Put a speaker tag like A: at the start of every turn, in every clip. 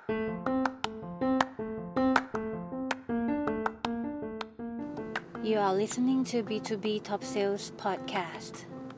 A: You are listening to B2B Top Sales Podcast.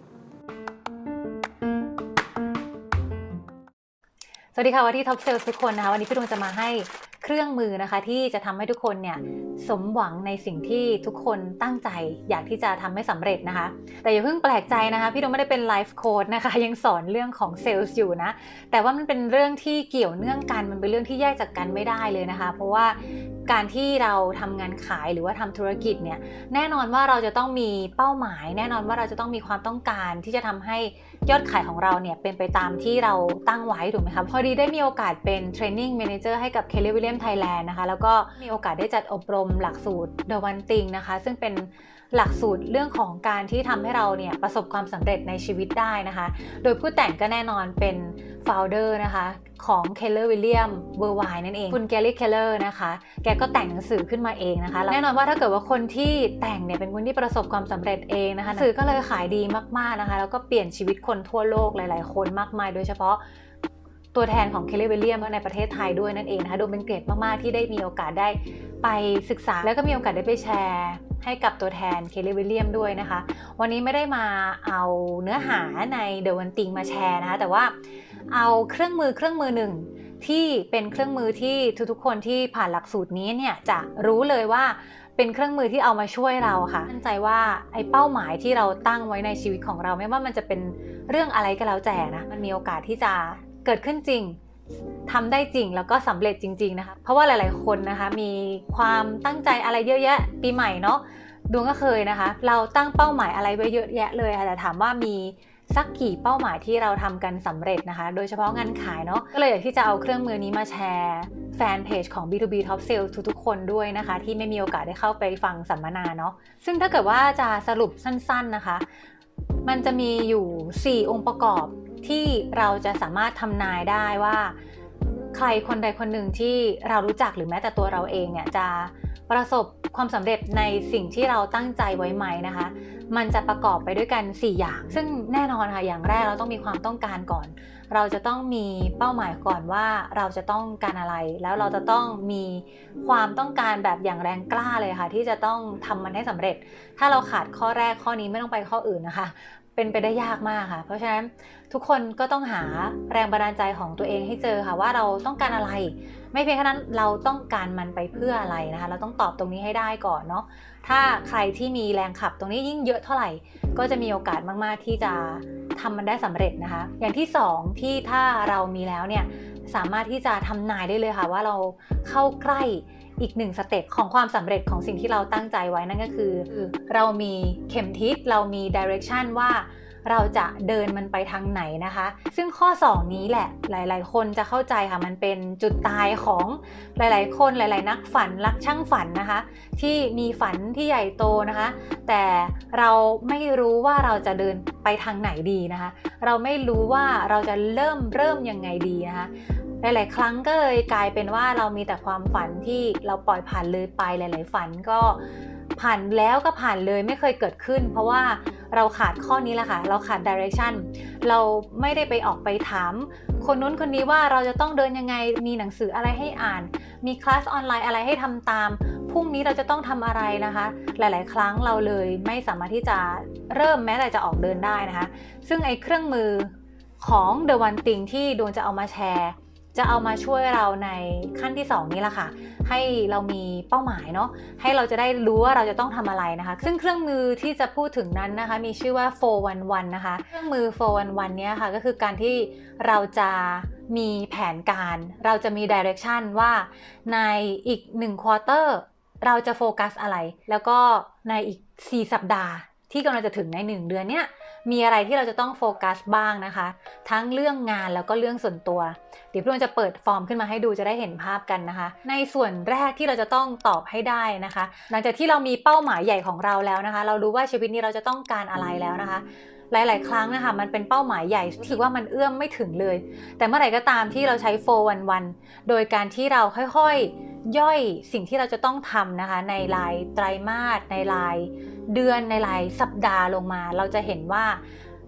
B: สวัสดีค่ะวันที่ Top Sales ทุกคนนะคะวันนี้พี่ดวงจะมาให้เครื่องมือนะคะที่จะทำให้ทุกคนเนี่ยสมหวังในสิ่งที่ทุกคนตั้งใจอยากที่จะทำให้สำเร็จนะคะแต่อย่าเพิ่งแปลกใจนะคะพี่ดวงไม่ได้เป็นไลฟ์โค้ชนะคะยังสอนเรื่องของเซลล์อยู่นะแต่ว่ามันเป็นเรื่องที่เกี่ยวเนื่องกันมันเป็นเรื่องที่แยกจากกันไม่ได้เลยนะคะเพราะว่าการที่เราทำงานขายหรือว่าทำธุรกิจเนี่ยแน่นอนว่าเราจะต้องมีเป้าหมายแน่นอนว่าเราจะต้องมีความต้องการที่จะทำให้ยอดขายของเราเนี่ยเป็นไปตามที่เราตั้งไว้ถูกไหมคะพอดีได้มีโอกาสเป็นเทรนนิ่งแมเนเจอร์ให้กับ Keller Williams Thailand นะคะแล้วก็มีโอกาสได้จัดอบรมหลักสูตร The One Thing นะคะซึ่งเป็นหลักสูตรเรื่องของการที่ทำให้เราเนี่ยประสบความสำเร็จในชีวิตได้นะคะโดยผู้แต่งก็แน่นอนเป็น founder นะคะของ Keller Williams Worldwide นั่นเองคุณ Gary Keller นะคะแกก็แต่งหนังสือขึ้นมาเองนะคะแน่นอนว่าถ้าเกิดว่าคนที่แต่งเนี่ยเป็นคนที่ประสบความสำเร็จเองนะคะหนังสือก็เลยขายดีมากๆนะคะแล้วก็เปลี่ยนชีวิตคนทั่วโลกหลายๆคนมากมายโดยเฉพาะตัวแทนของ Keller Williams ในประเทศไทยด้วยนั่นเองนะคะดูเป็นเกียรติมากๆที่ได้มีโอกาสได้ไปศึกษาแล้วก็มีโอกาสได้ไปแชร์ให้กับตัวแทน Keller Williams ด้วยนะคะวันนี้ไม่ได้มาเอาเนื้อหาใน The One Thing มาแชร์นะคะแต่ว่าเอาเครื่องมือหนึ่งที่เป็นเครื่องมือที่ทุกๆคนที่ผ่านหลักสูตรนี้เนี่ยจะรู้เลยว่าเป็นเครื่องมือที่เอามาช่วยเราค่ะมั่นใจว่าไอ้เป้าหมายที่เราตั้งไว้ในชีวิตของเราไม่ว่ามันจะเป็นเรื่องอะไรก็แล้วแต่นะมันมีโอกาสที่จะเกิดขึ้นจริงทำได้จริงแล้วก็สำเร็จจริงๆนะคะเพราะว่าหลายๆคนนะคะมีความตั้งใจอะไรเยอะแยะปีใหม่เนาะดวงก็เคยนะคะเราตั้งเป้าหมายอะไรไว้เยอะแยะเลยค่ะแต่ถามว่ามีสักกี่เป้าหมายที่เราทำกันสำเร็จนะคะโดยเฉพาะงานขายเนาะก็เลยอยากที่จะเอาเครื่องมือนี้มาแชร์แฟนเพจของ B2B Top Sales ทุกๆคนด้วยนะคะที่ไม่มีโอกาสได้เข้าไปฟังสัมมนาเนาะซึ่งถ้าเกิดว่าจะสรุปสั้นๆนะคะมันจะมีอยู่4องค์ประกอบที่เราจะสามารถทำนายได้ว่าใครคนใดคนหนึ่งที่เรารู้จักหรือแม้แต่ตัวเราเองเนี่ยจะประสบความสำเร็จในสิ่งที่เราตั้งใจไว้ไหมนะคะมันจะประกอบไปด้วยกัน4อย่างซึ่งแน่นอนค่ะอย่างแรกเราต้องมีความต้องการก่อนเราจะต้องมีเป้าหมายก่อนว่าเราจะต้องการอะไรแล้วเราจะต้องมีความต้องการแบบอย่างแรงกล้าเลยค่ะที่จะต้องทำมันให้สำเร็จถ้าเราขาดข้อแรกข้อนี้ไม่ต้องไปข้ออื่นนะคะเป็นไปได้ยากมากค่ะเพราะฉะนั้นทุกคนก็ต้องหาแรงบันดาลใจของตัวเองให้เจอค่ะว่าเราต้องการอะไรไม่เพียงแค่นั้นเราต้องการมันไปเพื่ออะไรนะคะเราต้องตอบตรงนี้ให้ได้ก่อนเนาะถ้าใครที่มีแรงขับตรงนี้ยิ่งเยอะเท่าไหร่ก็จะมีโอกาสมากๆที่จะทำมันได้สำเร็จนะคะอย่างที่2ที่ถ้าเรามีแล้วเนี่ยสามารถที่จะทำนายได้เลยค่ะว่าเราเข้าใกล้อีก1สเต็ปของความสำเร็จของสิ่งที่เราตั้งใจไว้นั่นก็คือเรามีเข็มทิศเรามี direction ว่าเราจะเดินมันไปทางไหนนะคะซึ่งข้อ2นี้แหละหลายๆคนจะเข้าใจค่ะมันเป็นจุดตายของหลายๆคนหลายๆนักฝันนักช่างฝันนะคะที่มีฝันที่ใหญ่โตนะคะแต่เราไม่รู้ว่าเราจะเดินไปทางไหนดีนะคะเราไม่รู้ว่าเราจะเริ่มยังไงดีนะคะหลายๆครั้งก็เลยกลายเป็นว่าเรามีแต่ความฝันที่เราปล่อยผ่านเลยไปหลายๆฝันก็ผ่านแล้วก็ผ่านเลยไม่เคยเกิดขึ้นเพราะว่าเราขาดข้อนี้แหละค่ะเราขาด direction เราไม่ได้ไปออกไปถามคนนู้นคนนี้ว่าเราจะต้องเดินยังไงมีหนังสืออะไรให้อ่านมีคลาสออนไลน์อะไรให้ทำตามพรุ่งนี้เราจะต้องทำอะไรนะคะหลายๆครั้งเราเลยไม่สามารถที่จะเริ่มแม้แต่จะออกเดินได้นะคะซึ่งไอ้เครื่องมือของ The One Thing ที่ดวงจะเอามาแชร์จะเอามาช่วยเราในขั้นที่2นี้แหละค่ะให้เรามีเป้าหมายเนาะให้เราจะได้รู้ว่าเราจะต้องทำอะไรนะคะซึ่งเครื่องมือที่จะพูดถึงนั้นนะคะมีชื่อว่า 411 นะคะเครื่องมือ 411 เนี้ยค่ะก็คือการที่เราจะมีแผนการเราจะมี direction ว่าในอีก1 quarter เราจะโฟกัสอะไรแล้วก็ในอีก4 สัปดาห์ที่กำลังจะถึงใน1 เดือนเนี้ยมีอะไรที่เราจะต้องโฟกัสบ้างนะคะทั้งเรื่องงานแล้วก็เรื่องส่วนตัวเดี๋ยวพี่ดวงจะเปิดฟอร์มขึ้นมาให้ดูจะได้เห็นภาพกันนะคะในส่วนแรกที่เราจะต้องตอบให้ได้นะคะหลังจากที่เรามีเป้าหมายใหญ่ของเราแล้วนะคะเรารู้ว่าชีวิตนี้เราจะต้องการอะไรแล้วนะคะหลายๆครั้งนะคะมันเป็นเป้าหมายใหญ่ที่ว่ามันเอื้อมไม่ถึงเลยแต่เมื่อไหร่ก็ตามที่เราใช้411โดยการที่เราค่อยๆย่อยสิ่งที่เราจะต้องทำนะคะในรายไตรมาสในรายเดือนในรายสัปดาห์ลงมาเราจะเห็นว่า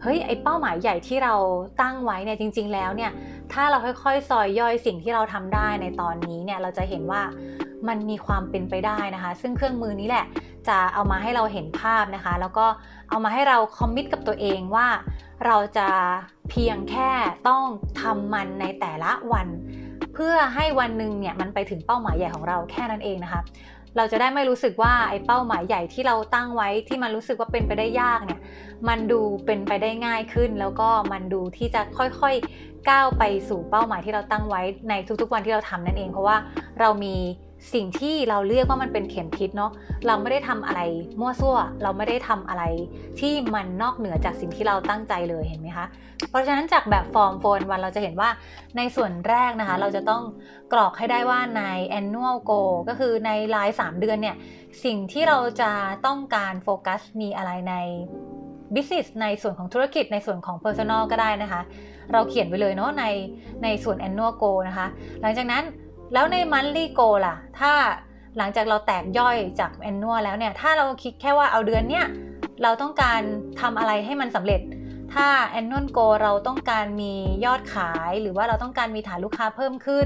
B: เฮ้ยไอ้เป้าหมายใหญ่ที่เราตั้งไว้เนี่ยจริงๆแล้วเนี่ยถ้าเราค่อยๆซอยย่อยสิ่งที่เราทำได้ในตอนนี้เนี่ยเราจะเห็นว่ามันมีความเป็นไปได้นะคะซึ่งเครื่องมือนี้แหละจะเอามาให้เราเห็นภาพนะคะแล้วก็เอามาให้เราคอมมิตกับตัวเองว่าเราจะเพียงแค่ต้องทำมันในแต่ละวันเพื่อให้วันหนึ่งเนี่ยมันไปถึงเป้าหมายใหญ่ของเราแค่นั้นเองนะคะเราจะได้ไม่รู้สึกว่าไอ้เป้าหมายใหญ่ที่เราตั้งไว้ที่มันรู้สึกว่าเป็นไปได้ยากเนี่ยมันดูเป็นไปได้ง่ายขึ้นแล้วก็มันดูที่จะค่อยๆก้าวไปสู่เป้าหมายที่เราตั้งไว้ในทุกๆวันที่เราทำนั่นเองเพราะว่าเรามีสิ่งที่เราเรียกว่ามันเป็นเข็มทิศเนาะเราไม่ได้ทำอะไรมั่วซั่วเราไม่ได้ทำอะไรที่มันนอกเหนือจากสิ่งที่เราตั้งใจเลยเห็นไหมคะเพราะฉะนั้นจากแบบฟอร์มโฟนวันเราจะเห็นว่าในส่วนแรกนะคะเราจะต้องกรอกให้ได้ว่าใน annual goal ก็คือในราย3เดือนเนี่ยสิ่งที่เราจะต้องการโฟกัสมีอะไรใน business ในส่วนของธุรกิจในส่วนของ personal ก็ได้นะคะเราเขียนไว้เลยเนาะในส่วน annual goal นะคะหลังจากนั้นแล้วใน monthly goal ล่ะถ้าหลังจากเราแตกย่อยจาก annual แล้วเนี่ยถ้าเราคิดแค่ว่าเอาเดือนเนี้ยเราต้องการทำอะไรให้มันสำเร็จถ้า annual goal เราต้องการมียอดขายหรือว่าเราต้องการมีฐานลูกค้าเพิ่มขึ้น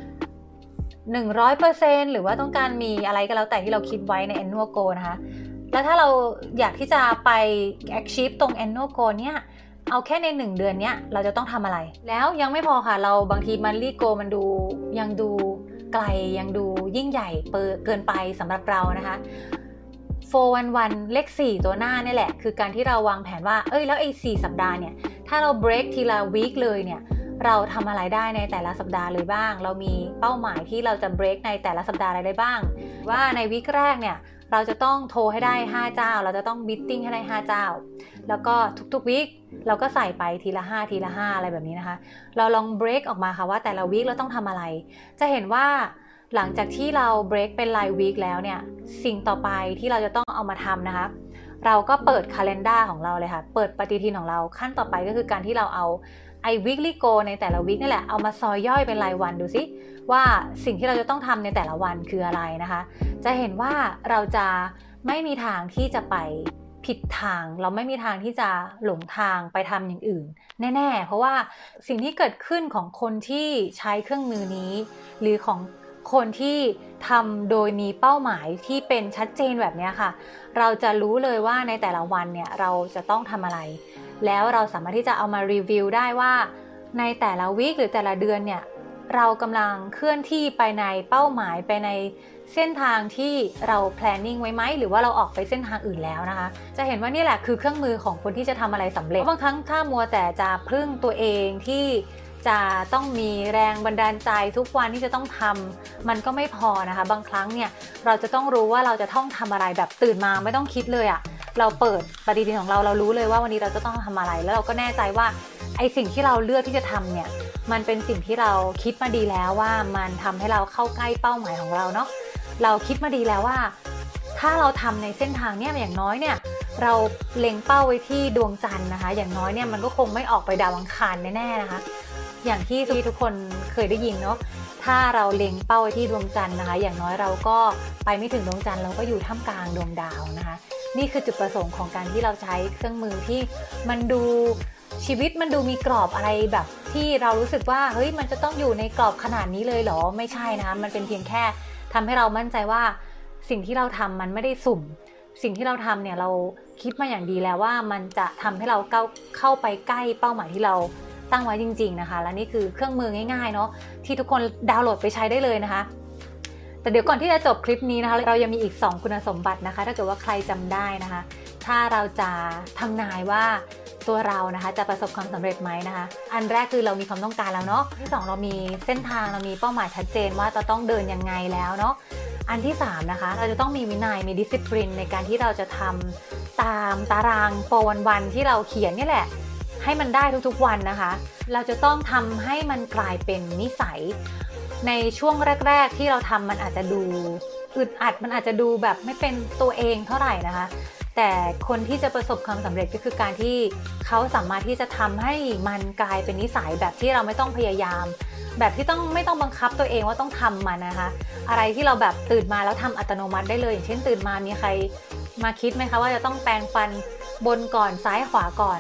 B: 100% หรือว่าต้องการมีอะไรก็แล้วแต่ที่เราคิดไว้ใน annual goal นะคะแล้วถ้าเราอยากที่จะไป achieve ตรง annual goal เนี่ยเอาแค่ใน1เดือนเนี้ยเราจะต้องทำอะไรแล้วยังไม่พอค่ะเราบางที monthly goal มันยังดูไกลยังดูยิ่งใหญ่เกินไปสำหรับเรานะคะ411เลข4ตัวหน้านี่แหละคือการที่เราวางแผนว่าแล้วไอ้4สัปดาห์เนี่ยถ้าเรา break ทีละ week เลยเนี่ยเราทำอะไรได้ในแต่ละสัปดาห์เลยบ้างเรามีเป้าหมายที่เราจะ break ในแต่ละสัปดาห์อะไรได้บ้างว่าในวีคแรกเนี่ยเราจะต้องโทรให้ได้5เจ้าเราจะต้องมิทติ้งให้ได้5เจ้าแล้วก็ทุกๆวีคเราก็ใส่ไปทีละ5ทีละ5อะไรแบบนี้นะคะเราลอง break ออกมาค่ะว่าแต่ละวีคเราต้องทำอะไรจะเห็นว่าหลังจากที่เรา break เป็นรายวีคแล้วเนี่ยสิ่งต่อไปที่เราจะต้องเอามาทำนะคะเราก็เปิด calendar ของเราเลยค่ะเปิดปฏิทินของเราขั้นต่อไปก็คือการที่เราเอาweekly goal ในแต่ละวีคนี่แหละเอามาซอยย่อยเป็นรายวันดูสิว่าสิ่งที่เราจะต้องทำในแต่ละวันคืออะไรนะคะจะเห็นว่าเราจะไม่มีทางที่จะไปผิดทางเราไม่มีทางที่จะหลงทางไปทำอย่างอื่นแน่ๆเพราะว่าสิ่งที่เกิดขึ้นของคนที่ใช้เครื่องมือนี้หรือของคนที่ทำโดยมีเป้าหมายที่เป็นชัดเจนแบบนี้ค่ะเราจะรู้เลยว่าในแต่ละวันเนี่ยเราจะต้องทำอะไรแล้วเราสามารถที่จะเอามารีวิวได้ว่าในแต่ละวีคหรือแต่ละเดือนเนี่ยเรากำลังเคลื่อนที่ไปในเป้าหมายไปในเส้นทางที่เรา planning ไว้ไหมหรือว่าเราออกไปเส้นทางอื่นแล้วนะคะจะเห็นว่านี่แหละคือเครื่องมือของคนที่จะทำอะไรสำเร็จบางครั้งถ้ามัวแต่จะพึ่งตัวเองที่จะต้องมีแรงบันดาลใจทุกวันที่จะต้องทำมันก็ไม่พอนะคะบางครั้งเนี่ยเราจะต้องรู้ว่าเราจะต้องทำอะไรแบบตื่นมาไม่ต้องคิดเลยเราเปิดปฏิทินของเรารู้เลยว่าวันนี้เราจะต้องทำอะไรแล้วเราก็แน่ใจว่าไอสิ่งที่เราเลือกที่จะทำเนี่ยมันเป็นสิ่งที่เราคิดมาดีแล้วว่ามันทำให้เราเข้าใกล้เป้าหมายของเราเนาะเราคิดมาดีแล้วว่าถ้าเราทำในเส้นทางเนี่ยอย่างน้อยเนี่ยเราเล็งเป้าไว้ที่ดวงจันทร์นะคะอย่างน้อยเนี่ยมันก็คงไม่ออกไปดาวอังคารแน่ๆนะคะอย่างที่ทุกคนเคยได้ยินเนาะถ้าเราเล็งเป้าไว้ที่ดวงจันทร์นะคะอย่างน้อยเราก็ไปไม่ถึงดวงจันทร์เราก็อยู่ท่ามกลางดวงดาวนะคะนี่คือจุดประสงค์ของการที่เราใช้เครื่องมือที่มันดูชีวิตมันดูมีกรอบอะไรแบบที่เรารู้สึกว่าเฮ้ยมันจะต้องอยู่ในกรอบขนาดนี้เลยเหรอไม่ใช่นะคะมันเป็นเพียงแค่ทำให้เรามั่นใจว่าสิ่งที่เราทำมันไม่ได้สุ่มสิ่งที่เราทำเนี่ยเราคิดมาอย่างดีแล้วว่ามันจะทำให้เราเข้าไปใกล้เป้าหมายที่เราตั้งไว้จริงๆนะคะและนี่คือเครื่องมือง่ายๆเนาะที่ทุกคนดาวน์โหลดไปใช้ได้เลยนะคะแต่เดี๋ยวก่อนที่จะจบคลิปนี้นะคะเรายังมีอีก2คุณสมบัตินะคะถ้าเกิดว่าใครจำได้นะคะถ้าเราจะทำนายว่าตัวเรานะคะจะประสบความสำเร็จไหมนะคะอันแรกคือเรามีความต้องการแล้วเนาะที่2เรามีเส้นทางเรามีเป้าหมายชัดเจนว่าจะต้องเดินยังไงแล้วเนาะอันที่3นะคะเราจะต้องมีวินัยมีดิสซิปลินในการที่เราจะทำตามตารางโปรวันๆที่เราเขียนนี่แหละให้มันได้ทุกๆวันนะคะเราจะต้องทำให้มันกลายเป็นนิสัยในช่วงแรกๆที่เราทำมันอาจจะดูอึดอัดมันอาจจะดูแบบไม่เป็นตัวเองเท่าไหร่นะคะแต่คนที่จะประสบความสำเร็จก็คือการที่เขาสามารถที่จะทำให้มันกลายเป็นนิสัยแบบที่เราไม่ต้องพยายามแบบที่ไม่ต้องบังคับตัวเองว่าต้องทำมันนะคะอะไรที่เราแบบตื่นมาแล้วทำอัตโนมัติได้เลยอย่างเช่นตื่นมามีใครมาคิดไหมคะว่าจะต้องแปรงฟันบนก่อนซ้ายขวาก่อน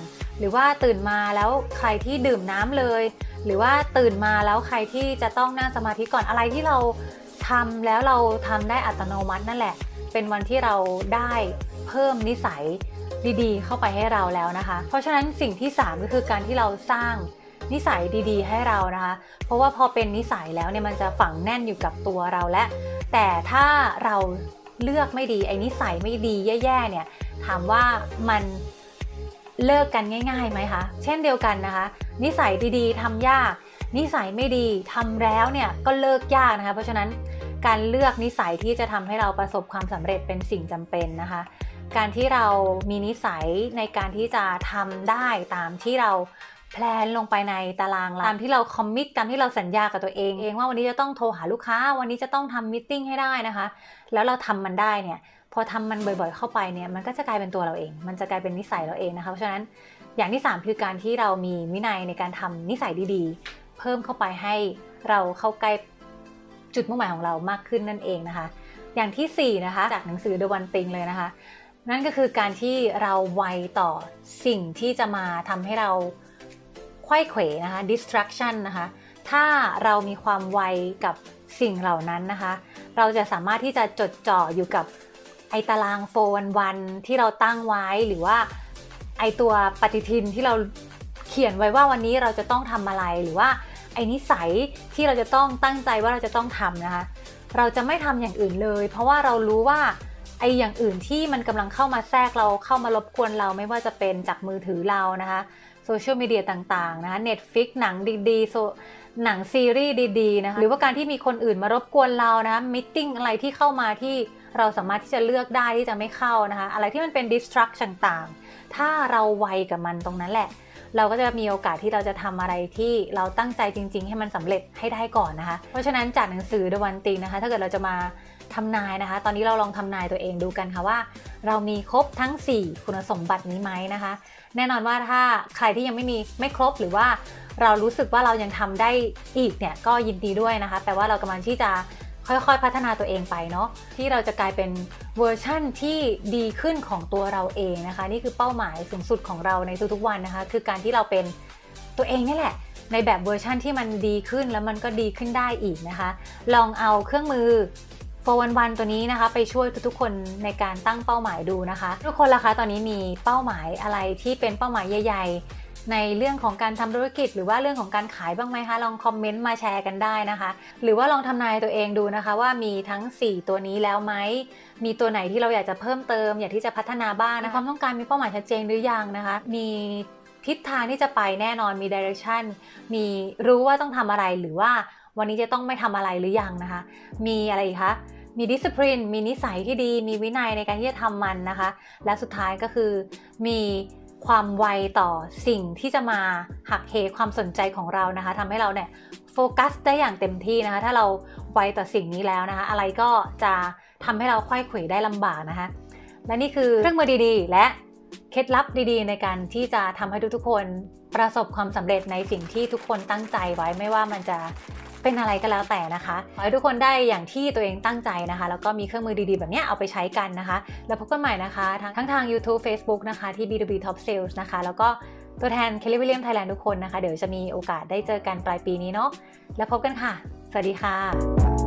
B: หรือว่าตื่นมาแล้วใครที่ดื่มน้ำเลยหรือว่าตื่นมาแล้วใครที่จะต้องนั่งสมาธิก่อนอะไรที่เราทำแล้วเราทำได้อัตโนมัตินั่นแหละเป็นวันที่เราได้เพิ่มนิสัยดีๆเข้าไปให้เราแล้วนะคะเพราะฉะนั้นสิ่งที่3ก็คือการที่เราสร้างนิสัยดีๆให้เรานะคะเพราะว่าพอเป็นนิสัยแล้วเนี่ยมันจะฝังแน่นอยู่กับตัวเราและแต่ถ้าเราเลือกไม่ดีไอ้นิสัยไม่ดีแย่ๆเนี่ยถามว่ามันเลิกกันง่ายๆไหมคะเช่นเดียวกันนะคะนิสัยดีๆทำยากนิสัยไม่ดีทำแล้วเนี่ยก็เลิกยากนะคะเพราะฉะนั้นการเลือกนิสัยที่จะทำให้เราประสบความสำเร็จเป็นสิ่งจำเป็นนะคะการที่เรามีนิสัยในการที่จะทำได้ตามที่เราแพลนลงไปในตารางตามที่เราคอมมิตตามที่เราสัญญากับตัวเองว่าวันนี้จะต้องโทรหาลูกค้าวันนี้จะต้องทำมีตติ้งให้ได้นะคะแล้วเราทำมันได้เนี่ยพอทำมันบ่อยๆเข้าไปเนี่ยมันก็จะกลายเป็นตัวเราเองมันจะกลายเป็นนิสัยเราเองนะคะเพราะฉะนั้นอย่างที่3คือการที่เรามีวินัยในการทำนิสัยดีๆเพิ่มเข้าไปให้เราเข้าใกล้จุดมุ่งหมายของเรามากขึ้นนั่นเองนะคะอย่างที่4นะคะจากหนังสือ The One Thing เลยนะคะนั่นก็คือการที่เราไวต่อสิ่งที่จะมาทำให้เราไขว้เขวนะคะ distraction นะคะถ้าเรามีความไวกับสิ่งเหล่านั้นนะคะเราจะสามารถที่จะจดจ่ออยู่กับไอตาราง411ที่เราตั้งไว้หรือว่าไอตัวปฏิทินที่เราเขียนไว้ว่าวันนี้เราจะต้องทำอะไรหรือว่าไอนิสัยที่เราจะต้องตั้งใจว่าเราจะต้องทำนะคะเราจะไม่ทำอย่างอื่นเลยเพราะว่าเรารู้ว่าไออย่างอื่นที่มันกำลังเข้ามาแทรกเราเข้ามารบกวนเราไม่ว่าจะเป็นจากมือถือเรานะคะโซเชียลมีเดียต่างๆนะคะ Netflix หนังดีๆหนังซีรีส์ดีๆนะคะหรือว่าการที่มีคนอื่นมารบกวนเรานะคะมีตติ้งอะไรที่เข้ามาที่เราสามารถที่จะเลือกได้ที่จะไม่เข้านะคะอะไรที่มันเป็น distraction ต่างๆถ้าเราไวกับมันตรงนั้นแหละเราก็จะมีโอกาสที่เราจะทำอะไรที่เราตั้งใจจริงๆให้มันสำเร็จให้ได้ก่อนนะคะเพราะฉะนั้นจากหนังสือ The One Thing นะคะถ้าเกิดเราจะมาทำนายนะคะตอนนี้เราลองทำนายตัวเองดูกันค่ะว่าเรามีครบทั้ง4คุณสมบัตินี้ไหมนะคะแน่นอนว่าถ้าใครที่ยังไม่ครบหรือว่าเรารู้สึกว่าเรายังทำได้อีกเนี่ยก็ยินดีด้วยนะคะแปลว่าเรากำลังที่จะค่อยๆพัฒนาตัวเองไปเนาะที่เราจะกลายเป็นเวอร์ชั่นที่ดีขึ้นของตัวเราเองนะคะนี่คือเป้าหมายสูงสุดของเราในทุกๆวันนะคะคือการที่เราเป็นตัวเองนี่แหละในแบบเวอร์ชั่นที่มันดีขึ้นแล้วมันก็ดีขึ้นได้อีกนะคะลองเอาเครื่องมือ411ตัวนี้นะคะไปช่วยทุกๆคนในการตั้งเป้าหมายดูนะคะทุกคนล่ะคะตอนนี้มีเป้าหมายอะไรที่เป็นเป้าหมายใหญ่ๆในเรื่องของการทำธุรกิจหรือว่าเรื่องของการขายบ้างไหมคะลองคอมเมนต์มาแชร์กันได้นะคะหรือว่าลองทำนายตัวเองดูนะคะว่ามีทั้ง4ตัวนี้แล้วไหมมีตัวไหนที่เราอยากจะเพิ่มเติมอยากที่จะพัฒนาบ้างนะความต้องการมีเป้าหมายชัดเจนหรือยังนะคะมีทิศทางที่จะไปแน่นอนมี direction มีรู้ว่าต้องทำอะไรหรือว่าวันนี้จะต้องไม่ทำอะไรหรือยังนะคะมีอะไรอีกคะมีดิสซิปลินมีนิสัยที่ดีมีวินัยในการที่จะทำมันนะคะและสุดท้ายก็คือมีความไวต่อสิ่งที่จะมาหักเหความสนใจของเรานะคะทำให้เราเนี่ยโฟกัสได้อย่างเต็มที่นะคะถ้าเราไวต่อสิ่งนี้แล้วนะคะอะไรก็จะทำให้เราไขว้เขวได้ลำบากนะคะและนี่คือเครื่องมือดีๆและเคล็ดลับดีๆในการที่จะทำให้ทุกๆคนประสบความสำเร็จในสิ่งที่ทุกคนตั้งใจไว้ไม่ว่ามันจะเป็นอะไรก็แล้วแต่นะคะขอให้ทุกคนได้อย่างที่ตัวเองตั้งใจนะคะแล้วก็มีเครื่องมือดีๆแบบนี้เอาไปใช้กันนะคะแล้วพบกันใหม่นะคะทั้งทาง YouTube Facebook นะคะที่ B2B Top Sales นะคะแล้วก็ตัวแทน Kelly Williams Thailand ทุกคนนะคะเดี๋ยวจะมีโอกาสได้เจอกันปลายปีนี้เนาะแล้วพบกันค่ะสวัสดีค่ะ